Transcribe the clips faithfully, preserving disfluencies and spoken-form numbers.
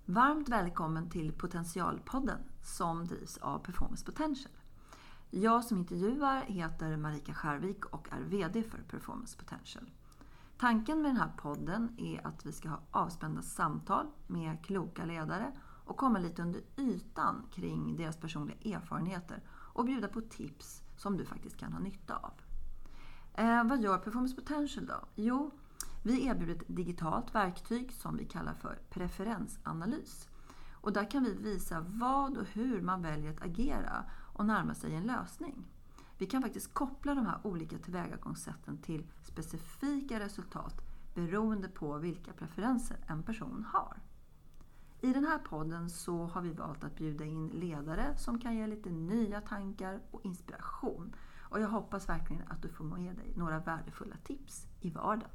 Varmt välkommen till Potentialpodden som drivs av Performance Potential. Jag som intervjuar heter Marika Skärvik och är vd för Performance Potential. Tanken med den här podden är att vi ska ha avspända samtal med kloka ledare och komma lite under ytan kring deras personliga erfarenheter och bjuda på tips som du faktiskt kan ha nytta av. Eh, vad gör Performance Potential då? Jo, vi erbjuder ett digitalt verktyg som vi kallar för preferensanalys. Och där kan vi visa vad och hur man väljer att agera och närma sig en lösning. Vi kan faktiskt koppla de här olika tillvägagångssätten till specifika resultat beroende på vilka preferenser en person har. I den här podden så har vi valt att bjuda in ledare som kan ge lite nya tankar och inspiration. Och jag hoppas verkligen att du får med dig några värdefulla tips i vardagen.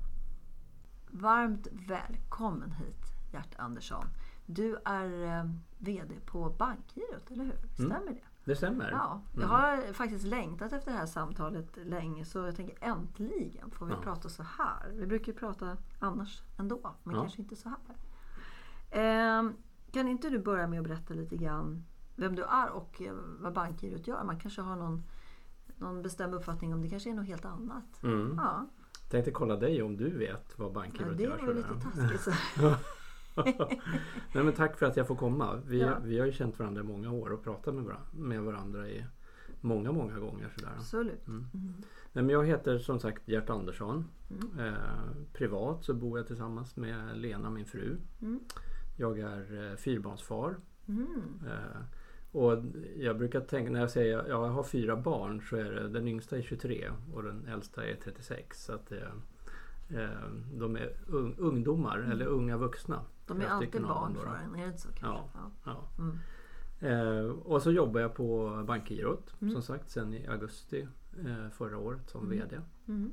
Varmt välkommen hit, Gert Andersson. Du är eh, vd på Bankgirot, eller hur? Stämmer mm, det? Det stämmer. Ja, jag har faktiskt längtat efter det här samtalet länge, så jag tänker äntligen får vi ja. prata så här. Vi brukar ju prata annars ändå, men ja. kanske inte så här. Eh, kan inte du börja med att berätta lite grann vem du är och vad Bankgirot gör? Man kanske har någon, någon bestämd uppfattning om det kanske är något helt annat. Mm. Ja. Jag tänkte kolla dig om du vet vad Bankgirot ja, gör. Det var lite taskigt. Nej, men tack för att jag får komma. Vi, ja. vi har ju känt varandra i många år och pratat med varandra, med varandra i många, många gånger. Sådär. Absolut. Mm. Mm. Nej, men jag heter som sagt Gert Andersson. Mm. Eh, privat så bor jag tillsammans med Lena, min fru. Mm. Jag är eh, fyrbarnsfar. Mm. Eh, och jag brukar tänka, när jag säger att jag har fyra barn, så är det, den yngsta är tjugotre och den äldsta är trettiosex. Så att eh, de är un, ungdomar mm. eller unga vuxna. De är alltid barn för en, är det så kanske? Ja. ja. ja. Mm. Eh, och så jobbar jag på Bankgirot mm. som sagt sen i augusti eh, förra året som mm. vd. Mm.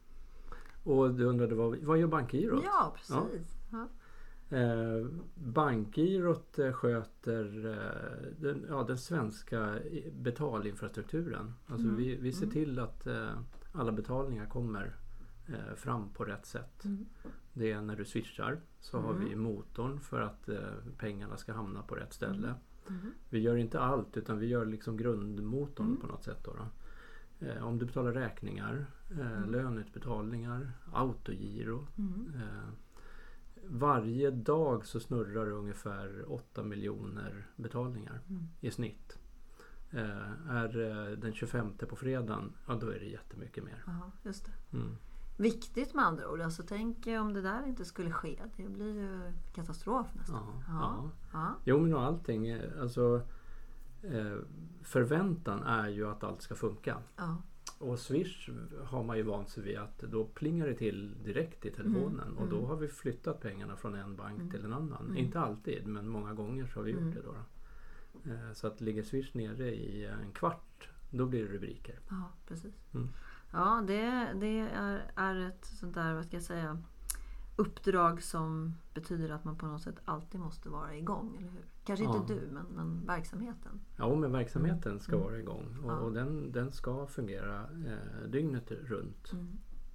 Och du undrade vad, vad gör Bankgirot? Ja, precis. Ja. Eh, Bankgirot sköter eh, den, ja, den svenska betalinfrastrukturen. Alltså mm. vi, vi ser till att eh, alla betalningar kommer eh, fram på rätt sätt. Mm. Det är när du switchar så mm. har vi motorn för att eh, pengarna ska hamna på rätt ställe. Mm. Mm. Vi gör inte allt, utan vi gör liksom grundmotorn mm. på något sätt. Då då. Eh, om du betalar räkningar, eh, mm. löneutbetalningar, autogiro. Mm. Eh, varje dag så snurrar ungefär åtta miljoner betalningar mm. i snitt. Eh, är eh, den tjugofemte på fredagen, ja då är det jättemycket mer. Aha, just det. Mm. Viktigt med andra ord. Alltså tänk om det där inte skulle ske. Det blir ju katastrof nästan. Ja, ja. Ja. Jo, men allting. Alltså, eh, förväntan är ju att allt ska funka. Ja. Och Swish har man ju vant sig vid att då plingar det till direkt i telefonen. Mm. Och då har vi flyttat pengarna från en bank mm. till en annan. Mm. Inte alltid, men många gånger så har vi gjort mm. det då. då. Eh, så att ligger Swish nere i en kvart, då blir det rubriker. Ja, precis. Mm. Ja, det, det är, är ett sånt där, vad ska jag säga, uppdrag som betyder att man på något sätt alltid måste vara igång, eller hur? Kanske ja. inte du, men, men verksamheten. Ja, men verksamheten mm. ska mm. vara igång och, ja. och den, den ska fungera eh, dygnet runt. Mm.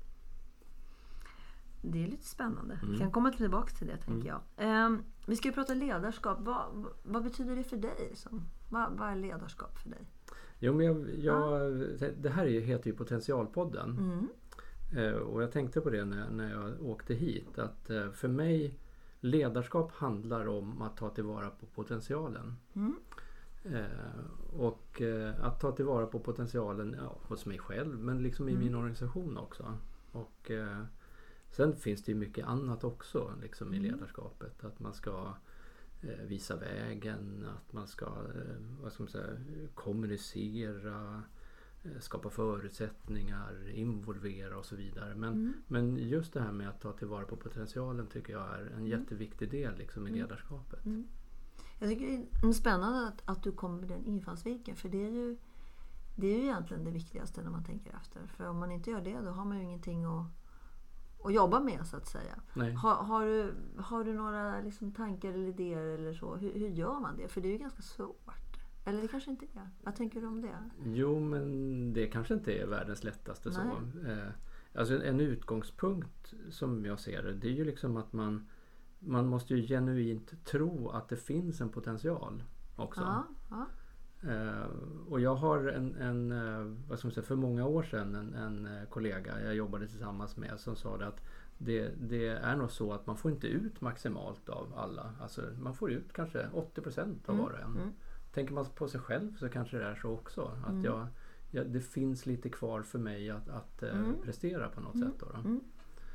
Det är lite spännande. Mm. Vi kan komma tillbaka till det, tänker mm. jag. Um, vi ska ju prata ledarskap. Vad, vad betyder det för dig? Som, vad, vad är ledarskap för dig? Jo, men jag, jag, det här heter ju Potentialpodden. Mm. Eh, och jag tänkte på det när, när jag åkte hit. Att eh, för mig, ledarskap handlar om att ta tillvara på potentialen. Mm. Eh, och eh, att ta tillvara på potentialen ja, hos mig själv, men liksom i mm. min organisation också. Och eh, sen finns det ju mycket annat också liksom, i mm. ledarskapet. Att man ska visa vägen, att man ska, vad ska man säga, kommunicera, skapa förutsättningar, involvera och så vidare. Men, mm. men just det här med att ta tillvara på potentialen tycker jag är en mm. jätteviktig del liksom, i mm. ledarskapet. Mm. Jag tycker det är spännande att, att du kommer med den infallsvinkeln, för det är ju det är ju egentligen det viktigaste när man tänker efter. För om man inte gör det, då har man ju ingenting att och jobba med, så att säga. Har, har, du, har du några liksom, tankar eller idéer eller så? Hur, hur gör man det? För det är ju ganska svårt. Eller det kanske inte är. Vad tänker du om det? Jo, men det kanske inte är världens lättaste. Nej. Så. Eh, alltså en utgångspunkt som jag ser det, det är ju liksom att man man måste ju genuint tro att det finns en potential också. Ja, ja. Uh, och jag har en, en uh, vad ska man säga, för många år sedan en, en kollega jag jobbade tillsammans med som sa det att det, det är nog så att man får inte ut maximalt av alla. Alltså man får ut kanske åttio procent av Mm. var och en. Mm. Tänker man på sig själv så kanske det är så också. Att Mm. jag, jag, det finns lite kvar för mig att, att uh, Mm. prestera på något Mm. sätt. Då, då. Mm.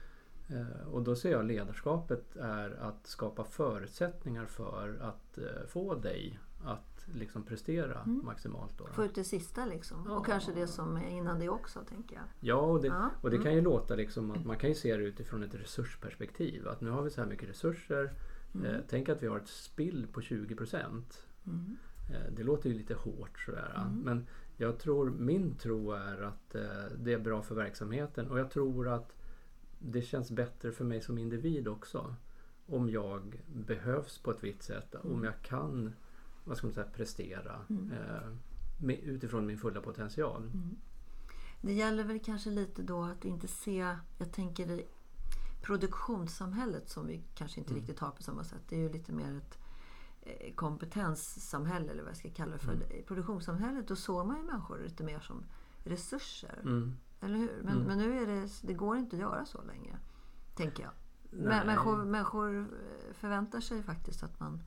Uh, och då ser jag ledarskapet är att skapa förutsättningar för att uh, få dig att liksom prestera Mm. maximalt. Då, då. Få ut det sista liksom. Ja. Och kanske det som är innan det också, tänker jag. Ja, och det, Ja. och det Mm. kan ju låta liksom att man kan ju se det utifrån ett resursperspektiv. Att nu har vi så här mycket resurser. Mm. Eh, tänk att vi har ett spill på tjugo procent. Mm. Eh, det låter ju lite hårt sådär. Mm. Men jag tror, min tro är att eh, det är bra för verksamheten. Och jag tror att det känns bättre för mig som individ också. Om jag behövs på ett visst sätt. Mm. Om jag kan, vad ska man säga, prestera. Mm. Eh, med, utifrån min fulla potential. Mm. Det gäller väl kanske lite då att inte se, jag tänker i produktionssamhället som vi kanske inte Mm. riktigt har på samma sätt. Det är ju lite mer ett eh, kompetenssamhälle eller vad jag ska kalla det för. Mm. I produktionssamhället då såg man ju människor lite mer som resurser. Mm. Eller hur? Men, Mm. men nu är det, det går inte att göra så längre, tänker jag. Nej. Mä- Människor, människor förväntar sig faktiskt att man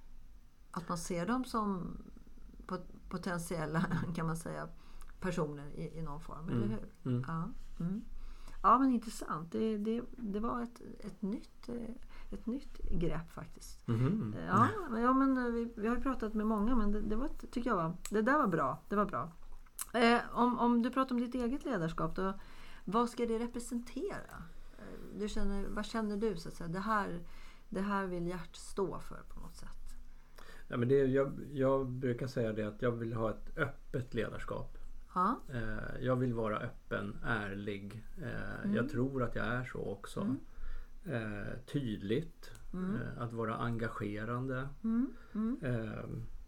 att man ser dem som pot- potentiella, kan man säga, personer i, i någon form, Mm. eller hur? Mm. Ja. Mm. Ja, men intressant. Det, det, det var ett, ett, nytt, ett nytt grepp faktiskt. Mhm. Ja, men, ja, men vi, vi har ju pratat med många, men det, det var, tycker jag var, det där var bra. Det var bra. Eh, om, om du pratar om ditt eget ledarskap, då, vad ska det representera? Eh, Du känner, vad känner du så att säga? Det här, det här vill Gert stå för på något sätt. Ja, men det, jag, jag brukar säga det att jag vill ha ett öppet ledarskap. Ja. Eh, jag vill vara öppen, ärlig. Eh, Mm. Jag tror att jag är så också. Mm. Eh, tydligt. Mm. Eh, att vara engagerande. Mm. Mm. Eh,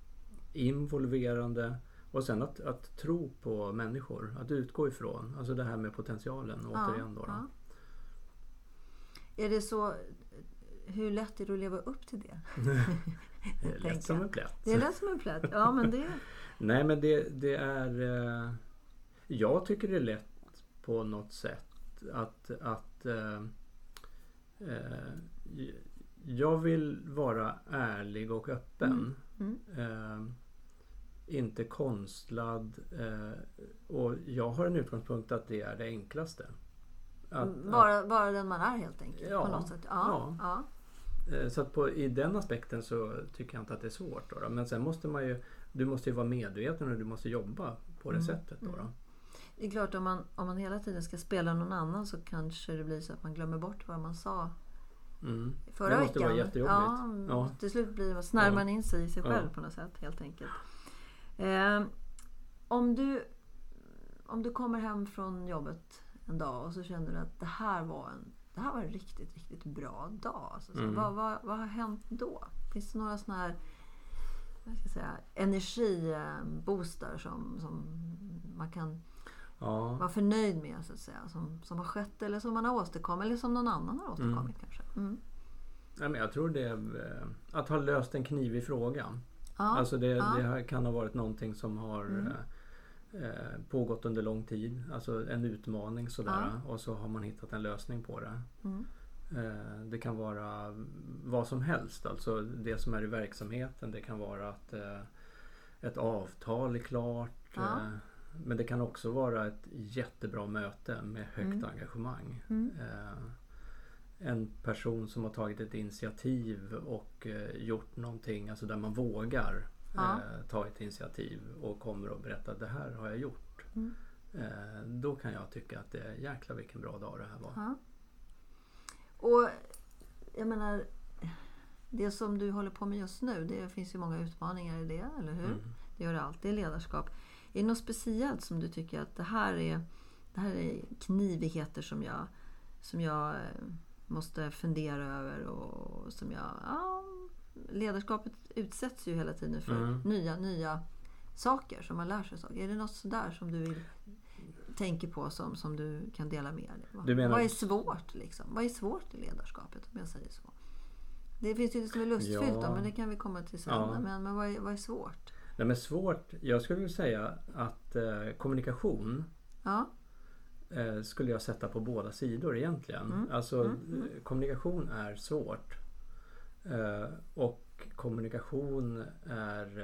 involverande. Och sen att, att tro på människor. Att utgå ifrån. Alltså det här med potentialen återigen då. då. Ja. Är det så, hur lätt är det att leva upp till det? Det är lätt som en plätt. Det är lätt som en plätt. Ja, men det... Nej, men det, det är... Eh, jag tycker det är lätt på något sätt att... att eh, eh, jag vill vara ärlig och öppen. Mm. Eh, inte konstlad. Eh, och jag har en utgångspunkt att det är det enklaste. Att, Bara, bara den man är helt enkelt. Ja, på något sätt. Ja, ja. Eh, Så att på, i den aspekten så tycker jag inte att det är svårt. Då, då. Men sen måste man ju, du måste ju vara medveten och du måste jobba på det Mm. sättet. Då, då. Det är klart, om man, om man hela tiden ska spela någon annan så kanske det blir så att man glömmer bort vad man sa Mm. förra Det måste veckan. vara jättejobbigt. Ja, Ja. till slut blir det, snärjer Ja. man in sig i sig själv Ja. på något sätt, helt enkelt. Eh, om, du, om du kommer hem från jobbet en dag och så känner du att det här var en, det här var en riktigt, riktigt bra dag. Alltså, så Mm. vad, vad, vad har hänt då? Finns det några sådana här, vad ska jag säga, energiboostar som, som man kan Ja. vara förnöjd med, så att säga, som, som har skett eller som man har åstadkommit eller som någon annan har åstadkommit kanske? Mm. Nej, men jag tror det är eh, att ha löst en knivig fråga. Ja. Alltså det, Ja. det här kan ha varit någonting som har Mm. eh, pågått under lång tid. Alltså en utmaning sådär. Och så har man hittat en lösning på det. Mm. Eh, det kan vara vad som helst. Alltså det som är i verksamheten. Det kan vara att eh, ett avtal är klart. Ja. Eh, men det kan också vara ett jättebra möte med högt Mm. engagemang. Mm. Eh, en person som har tagit ett initiativ och eh, gjort någonting, alltså där man vågar Ja. eh, ta ett initiativ och kommer och berätta att det här har jag gjort. Mm. Eh, då kan jag tycka att det är jäkla vilken bra dag det här var. Ja. Och jag menar, det som du håller på med just nu, det finns ju många utmaningar i det, eller hur? Mm. Det gör det alltid i ledarskap. Är det något speciellt som du tycker att det här är, det här är knivigheter som jag, som jag eh, måste fundera över och som jag, ja, ledarskapet utsätts ju hela tiden för Mm. nya, nya saker som man lär sig saker. Är det något sådär som du vill tänker på som, som du kan dela med dig? Vad, Du menar- vad är svårt liksom? Vad är svårt i ledarskapet, om jag säger så? Det finns ju det som är lustfyllt ja. då, men det kan vi komma till sen. Ja. Men, men vad, är, vad är svårt? Nej, men svårt, jag skulle vilja säga att eh, kommunikation ja. eh, skulle jag sätta på båda sidor egentligen. Mm. Alltså mm. Mm. kommunikation är svårt. Eh, och kommunikation är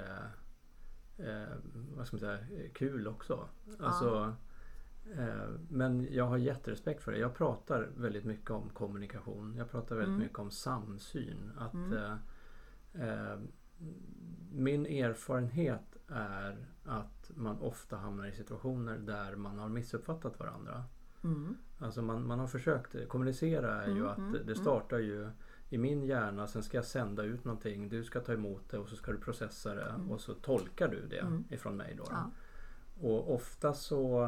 eh, eh, vad ska man säga, kul också. Alltså, ja. eh, men jag har jätterespekt för det. Jag pratar väldigt mycket om kommunikation. Jag pratar väldigt mm. mycket om samsyn. Att mm. eh, eh, min erfarenhet är att man ofta hamnar i situationer där man har missuppfattat varandra. Mm. Alltså man, man har försökt kommunicera är ju mm. att mm. det startar ju i min hjärna, sen ska jag sända ut någonting, du ska ta emot det och så ska du processa det mm. och så tolkar du det mm. ifrån mig då. Ja. Och ofta så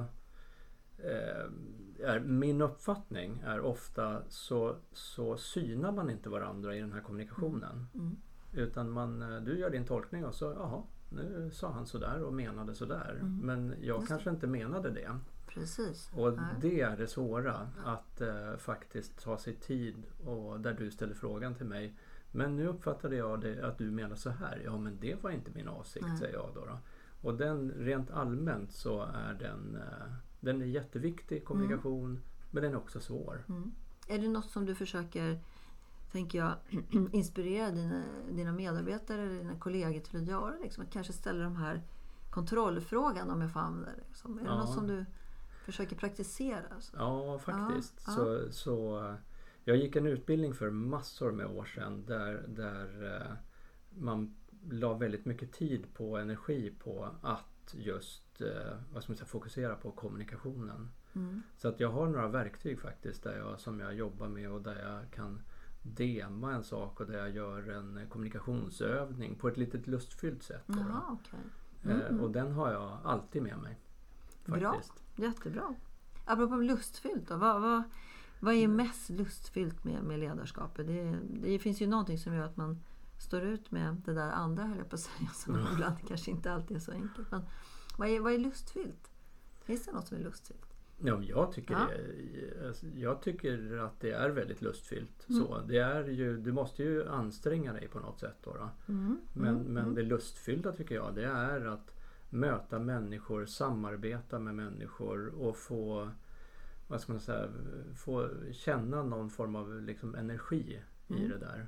eh, är min uppfattning är ofta så, så synar man inte varandra i den här kommunikationen. Mm. Utan man, du gör din tolkning och så, jaha, nu sa han sådär och menade sådär. Mm. Men jag Just kanske det. inte menade det. Precis. Och Nej. det är det svåra, att eh, faktiskt ta sig tid och där du ställer frågan till mig. Men nu uppfattade jag det, att du menar så här. Ja, men det var inte min avsikt, Nej. säger jag då, då. Och den, rent allmänt så är den, eh, den är jätteviktig, kommunikation, mm. men den är också svår. Mm. Är det något som du försöker, tänker jag, inspirera dina, dina medarbetare eller dina kollegor till att göra? Liksom, att kanske ställa de här kontrollfrågan, om jag får använda det. Liksom. Är det ja. något som du försöker praktisera? Alltså? Ja, faktiskt. Ja, så, ja. så jag gick en utbildning för massor med år sedan där, där eh, man la väldigt mycket tid på energi på att just eh, vad ska man säga, fokusera på kommunikationen. Mm. Så att jag har några verktyg faktiskt där jag, som jag jobbar med och där jag kan dema en sak och där jag gör en kommunikationsövning på ett litet lustfyllt sätt. Då, Jaha, då. okay. Mm, eh, och den har jag alltid med mig. Faktiskt. Bra, jättebra. Apropå lustfyllt då, vad, vad, vad är mest lustfyllt med, med ledarskapet? Det, det finns ju någonting som gör att man står ut med det där andra, höll jag på att säga, som mm. ibland kanske inte alltid är så enkelt. Men vad är, vad är lustfyllt? Finns det något som är lustfyllt? Ja, jag tycker, ja. det, jag tycker att det är väldigt lustfyllt. Mm. Så det är ju, du måste ju anstränga dig på något sätt. Då, då. Mm. Men, mm. men det lustfyllda tycker jag, det är att möta människor, samarbeta med människor och få, vad ska man säga, få känna någon form av liksom energi mm. i det där.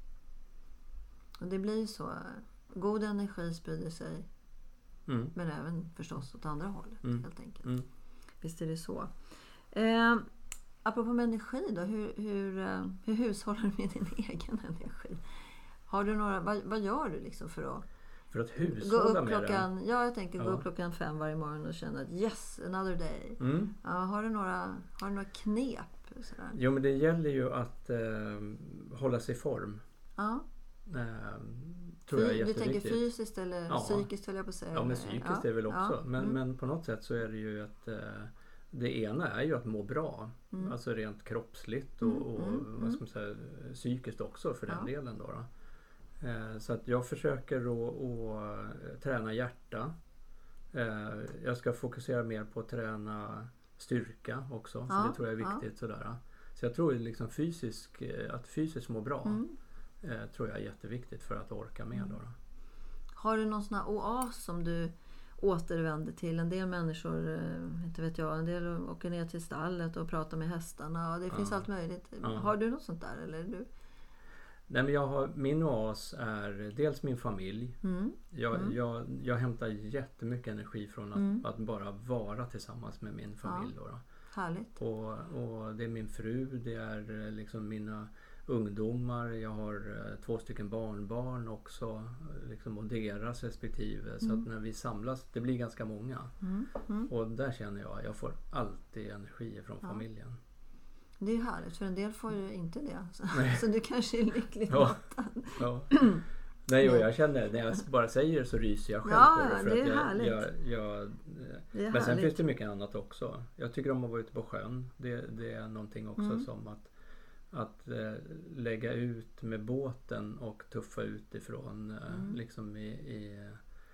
Och det blir ju så. God energi sprider sig, mm. men även förstås åt andra hållet, mm. helt enkelt. Mm. Visst är det så. Eh, apropå med energi då, hur, hur, hur hushållar du med din egen energi? Har du några, vad, vad gör du liksom för att För att hushålla gå upp med klockan, den? ja, jag tänker ja. gå upp klockan fem varje morgon och känna att yes, another day. Mm. Ja, har du några, har du några knep? Sådär? Jo, men det gäller ju att eh, hålla sig i form. Ja. Eh, tror jag är du jätteviktigt. tänker fysiskt eller ja. psykiskt, höll jag på att säga? Ja, men psykiskt ja. är det väl också. Ja. Men, Mm. men på något sätt så är det ju att eh, det ena är ju att må bra. Mm. Alltså rent kroppsligt och, Mm. och Mm. vad ska man säga, psykiskt också för den Ja. delen då. då. Eh, så att jag försöker att, att träna hjärta. Eh, jag ska fokusera mer på att träna styrka också. Ja. För det tror jag är viktigt. Ja. Sådär. Så jag tror liksom fysisk, att fysiskt må bra Mm. eh, tror jag är jätteviktigt för att orka med. Då, då. Har du någon sån här oas som du återvänder till? En del människor, inte vet jag, en del åker ner till stallet och pratar med hästarna och det finns Ja. allt möjligt. Ja. Har du något sånt där? Eller är du? Nej, men jag har, min oas är dels min familj. Mm. Jag, Mm. jag, jag hämtar jättemycket energi från att, Mm. att bara vara tillsammans med min familj. Ja. Då, då. Härligt. Och, och det är min fru, det är liksom mina ungdomar, jag har eh, två stycken barnbarn också liksom, och deras respektive. Mm. Så att när vi samlas, det blir ganska många. Mm. Mm. Och där känner jag att jag får alltid energi från Ja. familjen. Det är ju härligt, för en del får ju inte det. Så, så du kanske är lyckligt Ja. lottad. Ja. Nej, och jag känner, när jag bara säger det så ryser jag själv Ja, på det. För det är att jag, härligt. jag, jag, Det är men sen härligt. finns det mycket annat också. Jag tycker om att vara ute på sjön. Det, det är någonting också Mm. som att, att eh, lägga ut med båten och tuffa utifrån eh, Mm. liksom i, i,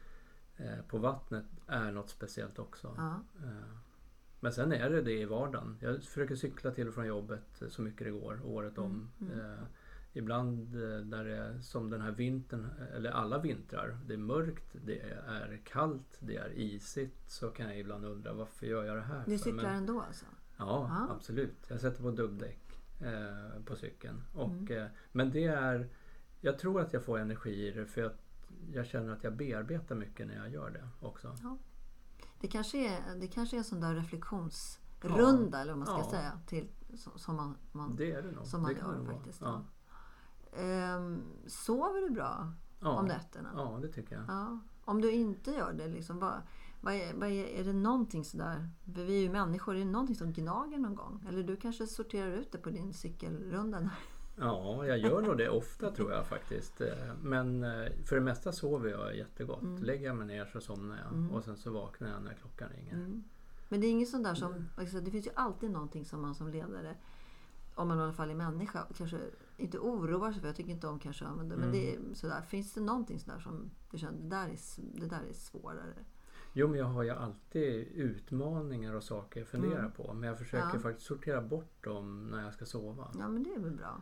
eh, på vattnet är något speciellt också. Ja. Eh, men sen är det det i vardagen. Jag försöker cykla till och från jobbet så mycket det går året om. Mm. Mm. Eh, ibland där det är som den här vintern, eller alla vintrar, det är mörkt, det är kallt, det är isigt, så kan jag ibland undra varför gör jag det här för? Du cyklar Men, ändå alltså? ja, Ah. absolut. Jag sätter på dubbdäck eh, på cykeln. Och, Mm. eh, men det är, jag tror att jag får energi i det för att jag känner att jag bearbetar mycket när jag gör det också. Ja. Det kanske är, det kanske är en sån där reflektionsrunda, ja. eller vad man ska ja. säga, till, som, som man, man, det är det nog. som man det gör faktiskt. Ja. Ehm, sover du bra ja. om nätterna? Ja, det tycker jag. Ja. Om du inte gör det, liksom, vad, vad är, vad är, är det någonting sådär, för vi är ju människor, är det någonting som gnager någon gång? Eller du kanske sorterar ut det på din cykelrunda? Ja, jag gör nog det ofta tror jag faktiskt. Men för det mesta sover jag jättegott. Mm. Lägger jag mig ner så somnar jag. Mm. Och sen så vaknar jag när klockan ringer. Mm. Men det är inget sånt där som... Mm. Det finns ju alltid någonting som man som ledare, om man i alla fall är människa, kanske inte oroar sig för. Jag tycker inte om kanske använda det. Men det är sådär, finns det någonting sådär som du känner, det där är, det där är svårare? Jo, men jag har ju alltid utmaningar och saker jag funderar mm. på. Men jag försöker ja. faktiskt sortera bort dem när jag ska sova. Ja, men det är väl bra.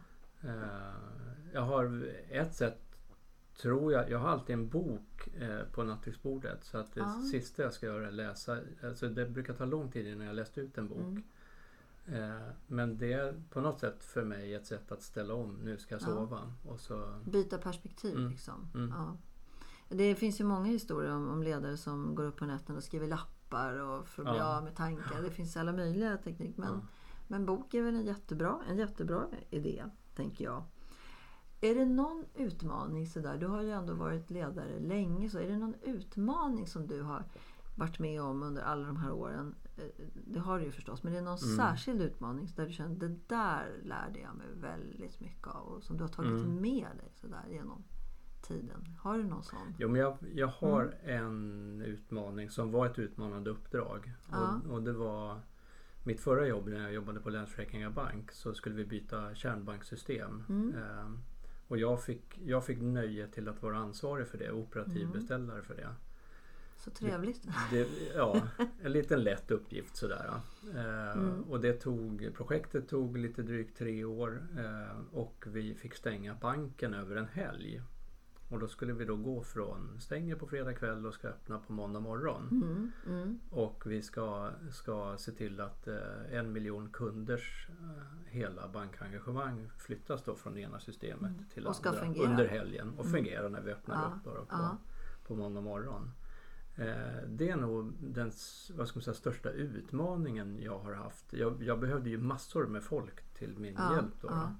Jag har ett sätt, tror jag, jag har alltid en bok på nattduksbordet, så att det ah. sista jag ska göra är läsa, alltså det brukar ta lång tid innan jag läst ut en bok. Mm. Men det är på något sätt för mig ett sätt att ställa om, nu ska jag sova. Ja. Och så... Byta perspektiv mm. liksom. Mm. Ja. Det finns ju många historier om, om ledare som går upp på nätterna och skriver lappar och för att bli ja. av med tankar. Det finns alla möjliga teknik, men, ja. men bok är väl en jättebra, en jättebra idé, tänker jag. Är det någon utmaning så där? Du har ju ändå varit ledare länge, så är det någon utmaning som du har varit med om under alla de här åren? Det har du ju förstås, men det är någon mm. särskild utmaning där du känner, det där lärde jag mig väldigt mycket av och som du har tagit mm. med dig så där genom tiden. Har du någon sån? Jo, men jag, jag har mm. en utmaning som var ett utmanande uppdrag. Ja. Och, och det var mitt förra jobb när jag jobbade på Länsförsäkringar Bank, så skulle vi byta kärnbanksystem. Mm. Ehm, och jag fick, jag fick nöje till att vara ansvarig för det, operativ mm. beställare för det. Så trevligt. Det, det, ja, en liten lätt uppgift sådär. Ehm, mm. Och det tog, projektet tog lite drygt tre år ehm, och vi fick stänga banken över en helg. Och då skulle vi då gå från stänger på fredag kväll och ska öppna på måndag morgon. Mm, mm. Och vi ska, ska se till att eh, en miljon kunders eh, hela bankengagemang flyttas då från det ena systemet mm. till och andra fungera. Under helgen. Och mm. fungera när vi öppnar ja, upp då, på, ja. på måndag morgon. Eh, det är nog den vad ska man säga, största utmaningen jag har haft. Jag, jag behövde ju massor med folk till min ja, hjälp då. Ja. då.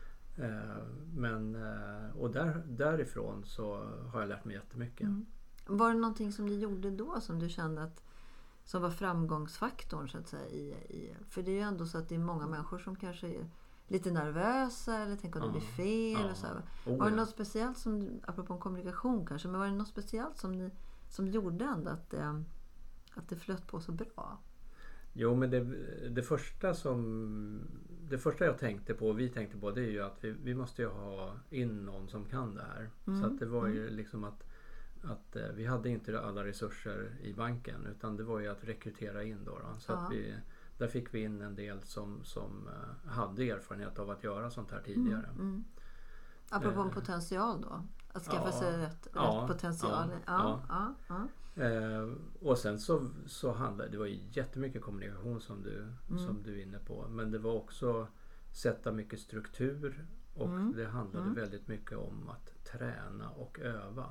Men, och där, därifrån så har jag lärt mig jättemycket. Mm. Var det någonting som du gjorde då som du kände att som var framgångsfaktorn så att säga i, i, för det är ju ändå så att det är många människor som kanske är lite nervösa eller tänker att det blir fel ja. och så här. Oh, var det ja. något speciellt som, apropå kommunikation kanske, men var det något speciellt som ni som gjorde ändå att det, att det flöt på så bra? Jo, men det, det första som det första jag tänkte på, och vi tänkte på, det är ju att vi, vi måste ju ha in någon som kan det här. Mm. Så att det var ju mm. liksom att, att vi hade inte alla resurser i banken, utan det var ju att rekrytera in då. då. Så ja. att vi, där fick vi in en del som, som hade erfarenhet av att göra sånt här tidigare. Mm. Mm. Apropå en potential då? Att skaffa ja, sig rätt, ja, rätt potential. Ja, ja, ja. ja, ja. Eh, och sen så, så handlade det var ju jättemycket kommunikation som du, mm. som du är inne på. Men det var också sätta mycket struktur och mm. det handlade mm. väldigt mycket om att träna och öva.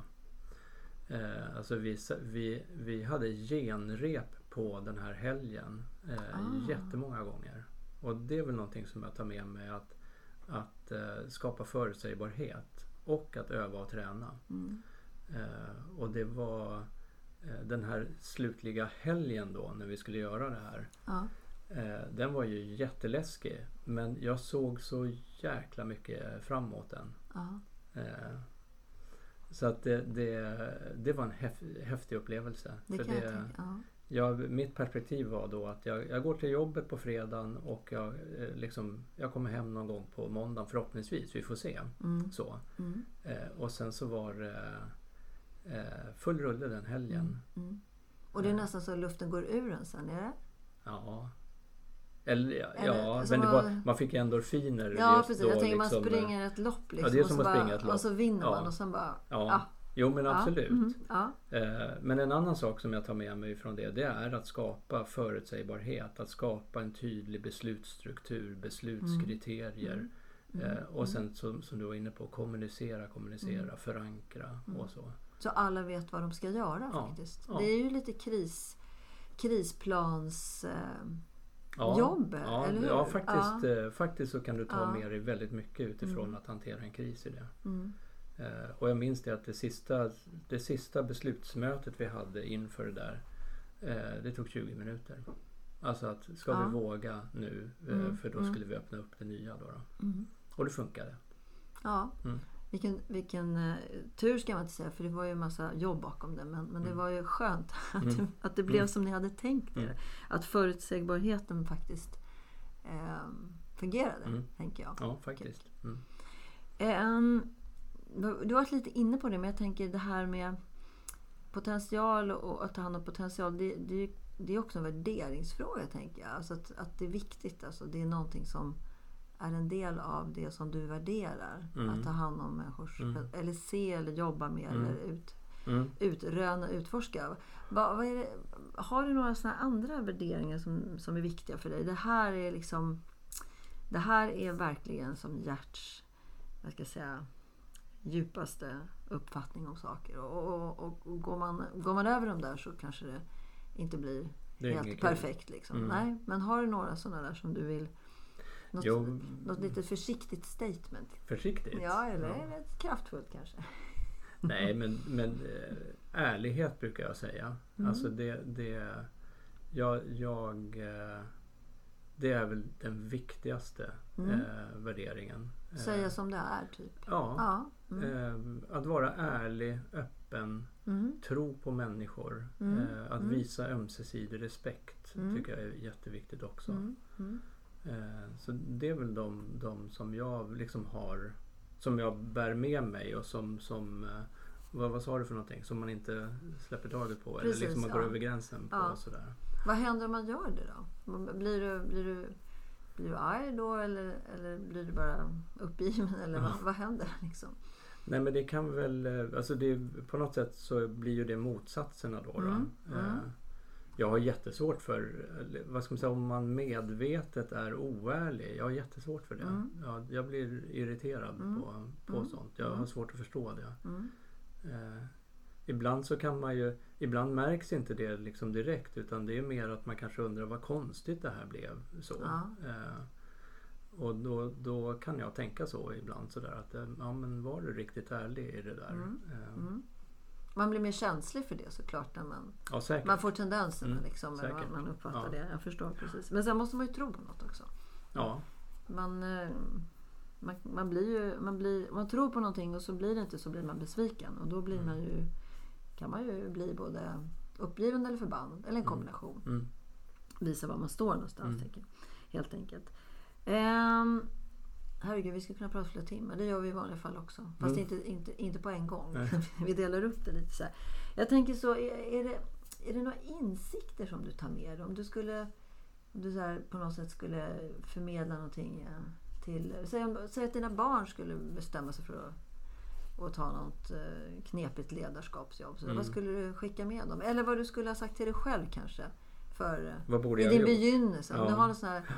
Eh, alltså vi, vi, vi hade genrep på den här helgen eh, ah. jättemånga gånger. Och det är väl någonting som jag tar med mig, att, att eh, skapa förutsägbarhet och att öva och träna. Mm. Eh, och det var eh, den här slutliga helgen då när vi skulle göra det här. Ja. Eh, den var ju jätteläskig, men jag såg så jäkla mycket fram emot den. Ja. Eh, så att det, det, det var en häf, häftig upplevelse. Det För kan det, jag tänka, ja. jag, mitt perspektiv var då att jag, jag går till jobbet på fredagen och jag, eh, liksom, jag kommer hem någon gång på måndagen förhoppningsvis, vi får se. Mm. Så. Mm. Eh, och sen så var det eh, full rulle den helgen. Mm. Mm. Och det är nästan så att luften går ur en sen, är det? Ja. Eller, ja, Eller, ja men det var, var, man fick endorfiner. Ja, just precis. då, Jag tänker liksom, man springer ett lopp. Liksom, ja, det är som och, att bara, springa ett lopp. och så vinner ja. man och sen bara... Ja. Ja. Jo, men absolut. Ja. Mm, ja. Men en annan sak som jag tar med mig från det, det är att skapa förutsägbarhet. Att skapa en tydlig beslutsstruktur, beslutskriterier. Mm. Mm. Och sen som, som du var inne på, kommunicera, kommunicera, mm. förankra mm. och så. Så alla vet vad de ska göra ja. faktiskt. Ja. Det är ju lite kris, krisplans... Eh, Ja, jobb, ja, eller hur? ja faktiskt, ja. Eh, faktiskt så kan du ta ja. med dig väldigt mycket utifrån mm. att hantera en kris i det. Mm. Eh, och jag minns det att det sista, det sista beslutsmötet vi hade inför det där, eh, det tog tjugo minuter. Alltså att ska ja. vi våga nu, eh, mm. för då mm. skulle vi öppna upp det nya då. då. Mm. Och det funkade. Ja, mm. vilken, vilken uh, tur ska man inte säga, för det var ju en massa jobb bakom det, men, men mm. det var ju skönt att, mm. det, att det blev mm. som ni hade tänkt er. Mm. Att förutsägbarheten faktiskt eh, fungerade, mm. tänker jag. Ja, faktiskt. Mm. Um, du har varit lite inne på det, men jag tänker det här med potential och att ta hand om potential, det, det, det är också en värderingsfråga, tänker jag. Alltså att, att det är viktigt, alltså det är någonting som är en del av det som du värderar. Mm. Att ta hand om människors, mm. eller se eller jobba med mm. eller ut, mm. utröna, utforska. Va, vad är det, har du några såna andra värderingar som, som är viktiga för dig? Det här är liksom, det här är verkligen som hjärts, vad ska jag säga, djupaste uppfattning om saker. Och, och, och, och går, man, går man över dem där så kanske det inte blir det helt perfekt. Liksom. Mm. Nej, men har du några sådana där som du vill... Något, jo, något lite försiktigt statement? Försiktigt? Ja, eller ja. Är det kraftfullt kanske? Nej, men, men äh, ärlighet brukar jag säga. Mm. Alltså det... det jag... jag äh, det är väl den viktigaste mm. äh, värderingen. Säga som det är, typ. Ja. ja. Mm. Äh, att vara ärlig, öppen, mm. tro på människor. Mm. Äh, att mm. visa ömsesidig respekt mm. tycker jag är jätteviktigt också. Mm. Mm. Äh, så det är väl de, de som jag liksom har, som jag bär med mig och som, som äh, vad, vad sa du för någonting? Som man inte släpper taget på. Precis, eller liksom man ja. går över gränsen på. Ja. Sådär. Vad händer om man gör det då? Blir du, blir du, blir du arg då? Eller, eller blir du bara uppgiven? Eller ja. vad, vad händer liksom? Nej, men det kan väl... Alltså det, på något sätt så blir ju det motsatserna då. Mm. då. Mm. Jag har jättesvårt för... Vad ska man säga? Om man medvetet är oärlig. Jag har jättesvårt för det. Mm. Jag, jag blir irriterad mm. på, på mm. sånt. Jag har svårt att förstå det. Mm. Eh, ibland så kan man ju... Ibland märks inte det liksom direkt. Utan det är mer att man kanske undrar vad konstigt det här blev. Så. Ja. Eh, och då, då kan jag tänka så ibland. Sådär att, ja men var du riktigt ärlig i det där? Mm. Eh, mm. Man blir mer känslig för det såklart. När man, ja, säkert. Man får tendenserna mm, liksom. När man, man uppfattar ja. det. Jag förstår precis. Men sen måste man ju tro på något också. Ja. Man... Man, man, blir ju, man, blir, man tror på någonting och så blir det inte, så blir man besviken. Och då blir mm. man ju, kan man ju bli både uppgiven eller förbannad. Eller en kombination. Mm. Visa var man står någonstans. Mm. Tänker, helt enkelt. Um, herregud, vi ska kunna prata flera timmar. Det gör vi i vanliga fall också. Fast mm. inte, inte, inte på en gång. Vi delar upp det lite så här. Jag tänker så, är, är, det, är det några insikter som du tar med dig? Om du skulle, om du så här, på något sätt skulle förmedla någonting... Till, säg, om, säg att dina barn skulle bestämma sig för att, att ta något eh, knepigt ledarskapsjobb. Så mm. vad skulle du skicka med dem? Eller vad du skulle ha sagt till dig själv kanske. För, vad borde i jag din gjort? begynnelse. Ja. Om du har någon sån här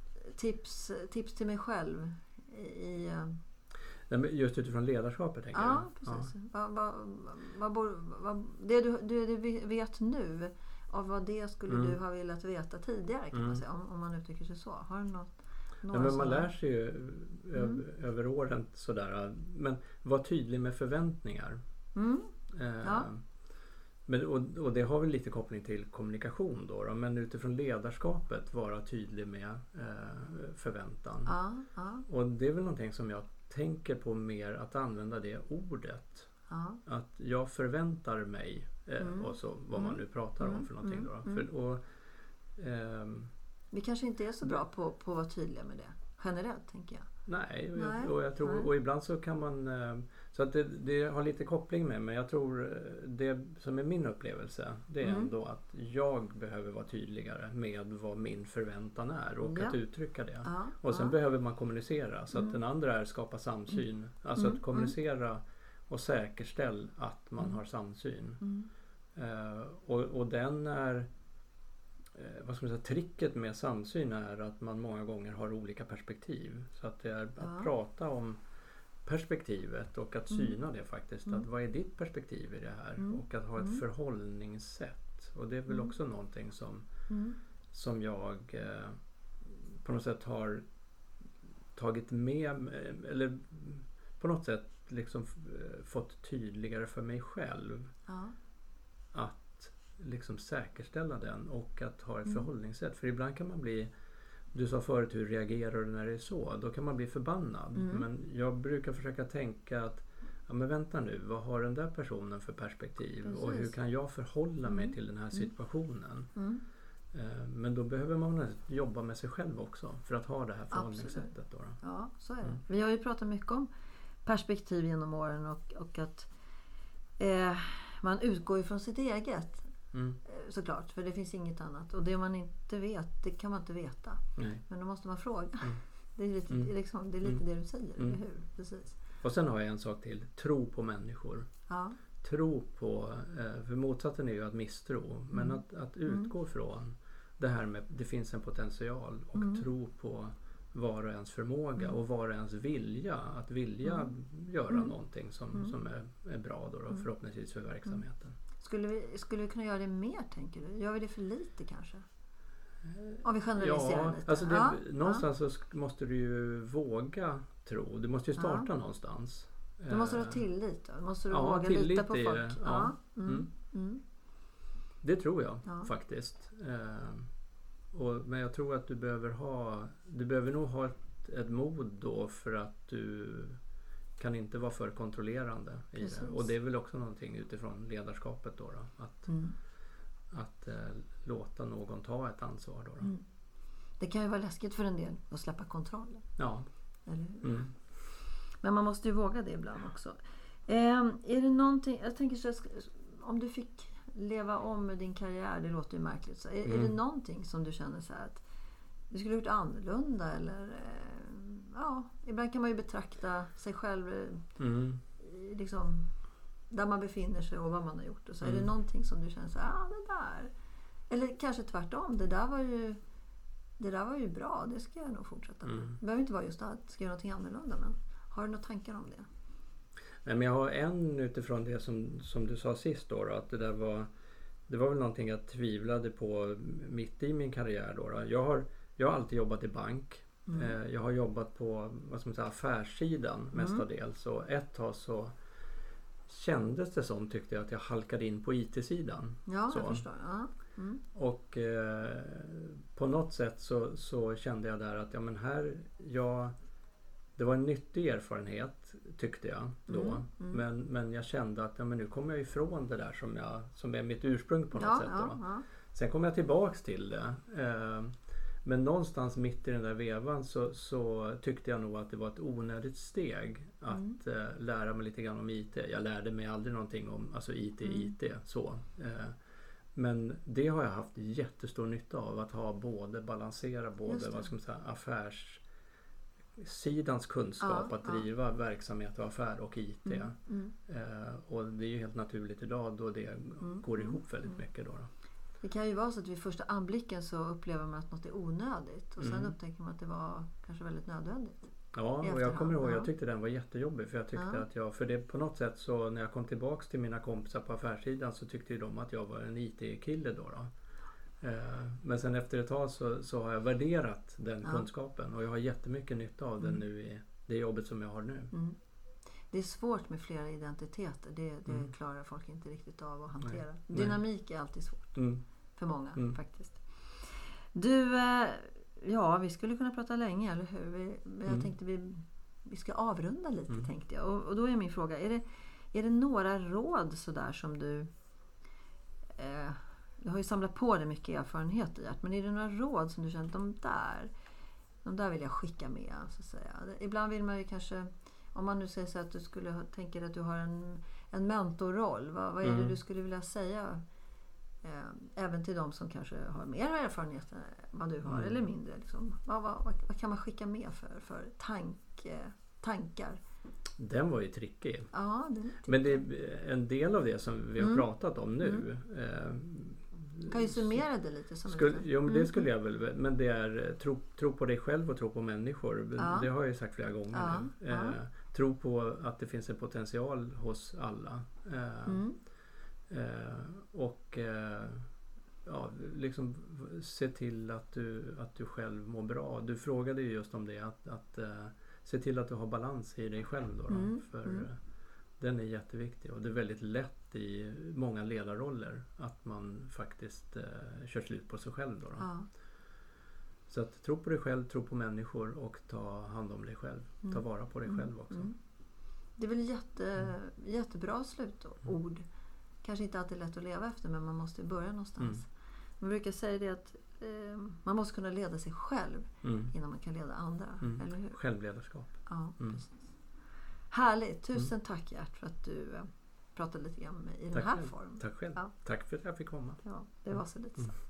tips, tips till mig själv. I, i, Nej, men just utifrån ledarskapet tänker ja, jag. Precis. Ja, vad, vad, vad, vad, det du, du, du vet nu, av vad det skulle mm. du ha velat veta tidigare kan mm. man säga. Om, om man uttrycker sig så. Har du något? Ja, men man lär sig ju mm. över åren sådär. Men var tydlig med förväntningar. Mm. Eh, ja. men, och, och det har väl lite koppling till kommunikation då, då. Men utifrån ledarskapet vara tydlig med eh, förväntan. Ja, ja. Och det är väl någonting som jag tänker på mer, att använda det ordet. Ja. Att jag förväntar mig eh, mm. och så vad man nu pratar mm. om för någonting mm. då. Mm. För, och, ehm, vi kanske inte är så bra på, på att vara tydliga med det. generellt tänker jag. Nej, och, Nej. Jag, och, jag tror, Nej. och ibland så kan man... Så att det, det har lite koppling med, men jag tror det som är min upplevelse, det är mm. ändå att jag behöver vara tydligare med vad min förväntan är och ja. att uttrycka det. Ja. Och sen ja. behöver man kommunicera så att mm. den andra är skapa samsyn. Mm. Alltså att kommunicera mm. och säkerställa att man mm. har samsyn. Mm. Uh, och, och den är... Vad ska man säga, tricket med samsyn är att man många gånger har olika perspektiv. Så att det är att ja. prata om perspektivet och att syna mm. det faktiskt. Mm. Att vad är ditt perspektiv i det här? Mm. Och att ha ett mm. förhållningssätt. Och det är väl mm. också någonting som, mm. som jag eh, på något sätt har tagit med, eller på något sätt liksom fått tydligare för mig själv. Ja. Att liksom säkerställa den och att ha ett mm. förhållningssätt. För ibland kan man bli, du sa förut hur reagerar du när det är så, då kan man bli förbannad. Mm. Men jag brukar försöka tänka att ja men vänta nu, vad har den där personen för perspektiv? Precis. Och hur kan jag förhålla mig mm. till den här situationen? Mm. Men då behöver man jobba med sig själv också för att ha det här förhållningssättet. Då då. Ja, så är det. Mm. Vi har ju pratat mycket om perspektiv genom åren och, och att eh, man utgår ifrån sitt eget. Mm. Såklart, för det finns inget annat. Och det man inte vet, det kan man inte veta. Nej. Men då måste man fråga. Mm. Det är lite, mm. liksom, det, är lite mm. det du säger, mm. eller hur? Precis. Och sen har jag en sak till. Tro på människor. Ja. Tro på, för motsatsen är ju att misstro. Mm. Men att, att utgå mm. från det här med, det finns en potential. Och mm. tro på var och ens förmåga. Mm. Och var och ens vilja. Att vilja mm. göra mm. någonting som, mm. som är, är bra då, då mm. förhoppningsvis för verksamheten. Mm. Skulle vi, skulle vi kunna göra det mer, tänker du? Gör vi det för lite kanske? Om vi generaliserar ja, lite. Alltså det, ja, någonstans ja. så måste du ju våga tro. Du måste ju starta ja. någonstans. Du måste ha tillit då? Måste du ja, våga lita på folk? Det, ja. Ja. Mm. Mm. Det tror jag ja. faktiskt. Eh, och, men jag tror att du behöver ha, du behöver nog ha ett, ett mod då för att du kan inte vara för kontrollerande i Precis. det. Och det är väl också någonting utifrån ledarskapet då. då att mm. att eh, låta någon ta ett ansvar då. då. Mm. Det kan ju vara läskigt för en del att släppa kontrollen. Ja. Eller hur? Mm. Men man måste ju våga det ibland också. Eh, är det någonting, jag tänker så, om du fick leva om din karriär, det låter ju märkligt. Så är, mm. är det någonting som du känner så här att du skulle ha gjort annorlunda eller eh, ja, ibland kan man ju betrakta sig själv mm. liksom där man befinner sig och vad man har gjort. Och så mm. är det någonting som du känner så här, ah, det där. Eller kanske tvärtom, det där var ju det där var ju bra, det ska jag nog fortsätta med. Mm. Det behöver inte vara just det, ska jag göra någonting annorlunda, men har du några tankar om det? Nej, men jag har en utifrån det som, som du sa sist då, då att det där var det var väl någonting jag tvivlade på mitt i min karriär då. då. Jag har jag har alltid jobbat i bank. Mm. Eh, jag har jobbat på vad ska man säga, affärssidan mestadels. Mm. Och ett tag så kändes det som, tyckte jag, att jag halkade in på I T-sidan. Ja, så. jag förstår. Ja. Mm. Och eh, på något sätt så, så kände jag där att ja, men här, jag, det var en nyttig erfarenhet tyckte jag då. Mm. Mm. Men, men jag kände att ja, men nu kommer jag ifrån det där som, jag, som är mitt ursprung på något ja, sätt. Ja, då. ja. Sen kom jag tillbaks till det. Eh, men någonstans mitt i den där vevan så, så tyckte jag nog att det var ett onödigt steg att mm. eh, lära mig lite grann om I T. Jag lärde mig aldrig någonting om alltså I T, mm. I T så. Eh, men det har jag haft jättestor nytta av, att ha både balansera både vad ska man säga, affärssidans kunskap, ja, att driva ja. verksamhet och affär och I T. Mm. Mm. Eh, och det är ju helt naturligt idag då det mm. går ihop väldigt mm. mycket då. då. Det kan ju vara så att vid första anblicken så upplever man att något är onödigt och sen mm. upptäcker man att det var kanske väldigt nödvändigt. Ja, och jag kommer ihåg, jag tyckte den var jättejobbig för jag tyckte ja. att jag, för det på något sätt så när jag kom tillbaks till mina kompisar på affärssidan så tyckte ju de att jag var en I T-kille då. då. Eh, men sen efter ett tag så, så har jag värderat den ja. kunskapen och jag har jättemycket nytta av den mm. nu i det jobbet som jag har nu. Mm. Det är svårt med flera identiteter, det, det mm. klarar folk inte riktigt av att hantera. Nej. Dynamik är alltid svårt mm. för många mm. faktiskt. Du... Eh, Ja, vi skulle kunna prata länge, eller hur? Vi, jag mm. tänkte vi, vi ska avrunda lite, mm. tänkte jag. Och, och då är min fråga, är det, är det några råd sådär som du... Eh, du har ju samlat på dig mycket erfarenhet i det, men är det några råd som du känner, de där, De där vill jag skicka med, så att säga. Ibland vill man ju kanske, om man nu säger så att du skulle tänker att du har en, en mentorroll, vad, vad är mm. det du skulle vilja säga eh, även till de som kanske har mer erfarenhet än vad du har mm. eller mindre liksom. vad, vad, vad kan man skicka med för, för tank, tankar? Den var ju trickig. Ja, den är trickig. Men det är en del av det som vi har mm. pratat om nu. Mm. Eh, kan ju summera det lite som skulle, Jo, men det mm. skulle jag väl. Men det är tro, tro på dig själv och tro på människor. Ja. Det har jag ju sagt flera gånger ja. nu. Eh, ja. Tro på att det finns en potential hos alla. Eh, mm. eh, och eh, ja, liksom se till att du, att du själv mår bra. Du frågade ju just om det. Att, att eh, se till att du har balans i dig själv. Då, då, mm. för mm. den är jätteviktig. Och det är väldigt lätt i många ledarroller att man faktiskt eh, kör slut på sig själv. Då, då. Ja. Så att tro på dig själv, tro på människor och ta hand om dig själv. Mm. Ta vara på dig mm. själv också. Mm. Det är väl jätte, mm. jättebra slutord. Mm. Kanske inte alltid lätt att leva efter, men man måste börja någonstans. Mm. Man brukar säga det att eh, man måste kunna leda sig själv mm. innan man kan leda andra. Mm. Eller hur? Självledarskap. Ja, mm. precis. Härligt. Tusen mm. tack Gert för att du eh, pratade lite grann med mig i tack den här själv. formen. Tack själv. Ja. Tack för att jag fick komma. Ja, det var så lite så. Mm.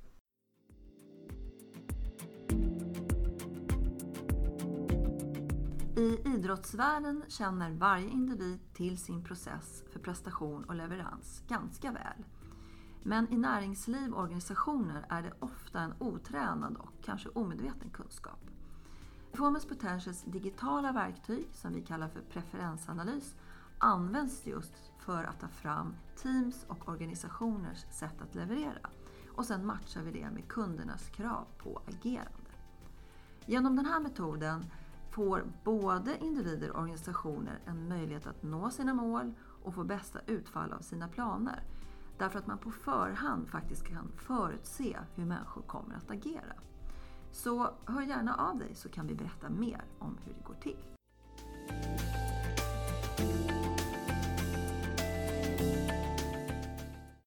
I idrottsvärlden känner varje individ till sin process för prestation och leverans ganska väl. Men i näringsliv och organisationer är det ofta en otränad och kanske omedveten kunskap. Performance Potentials digitala verktyg, som vi kallar för preferensanalys, används just för att ta fram teams och organisationers sätt att leverera. Och sen matchar vi det med kundernas krav på agerande. Genom den här metoden får både individer och organisationer en möjlighet att nå sina mål och få bästa utfall av sina planer. Därför att man på förhand faktiskt kan förutse hur människor kommer att agera. Så hör gärna av dig så kan vi berätta mer om hur det går till.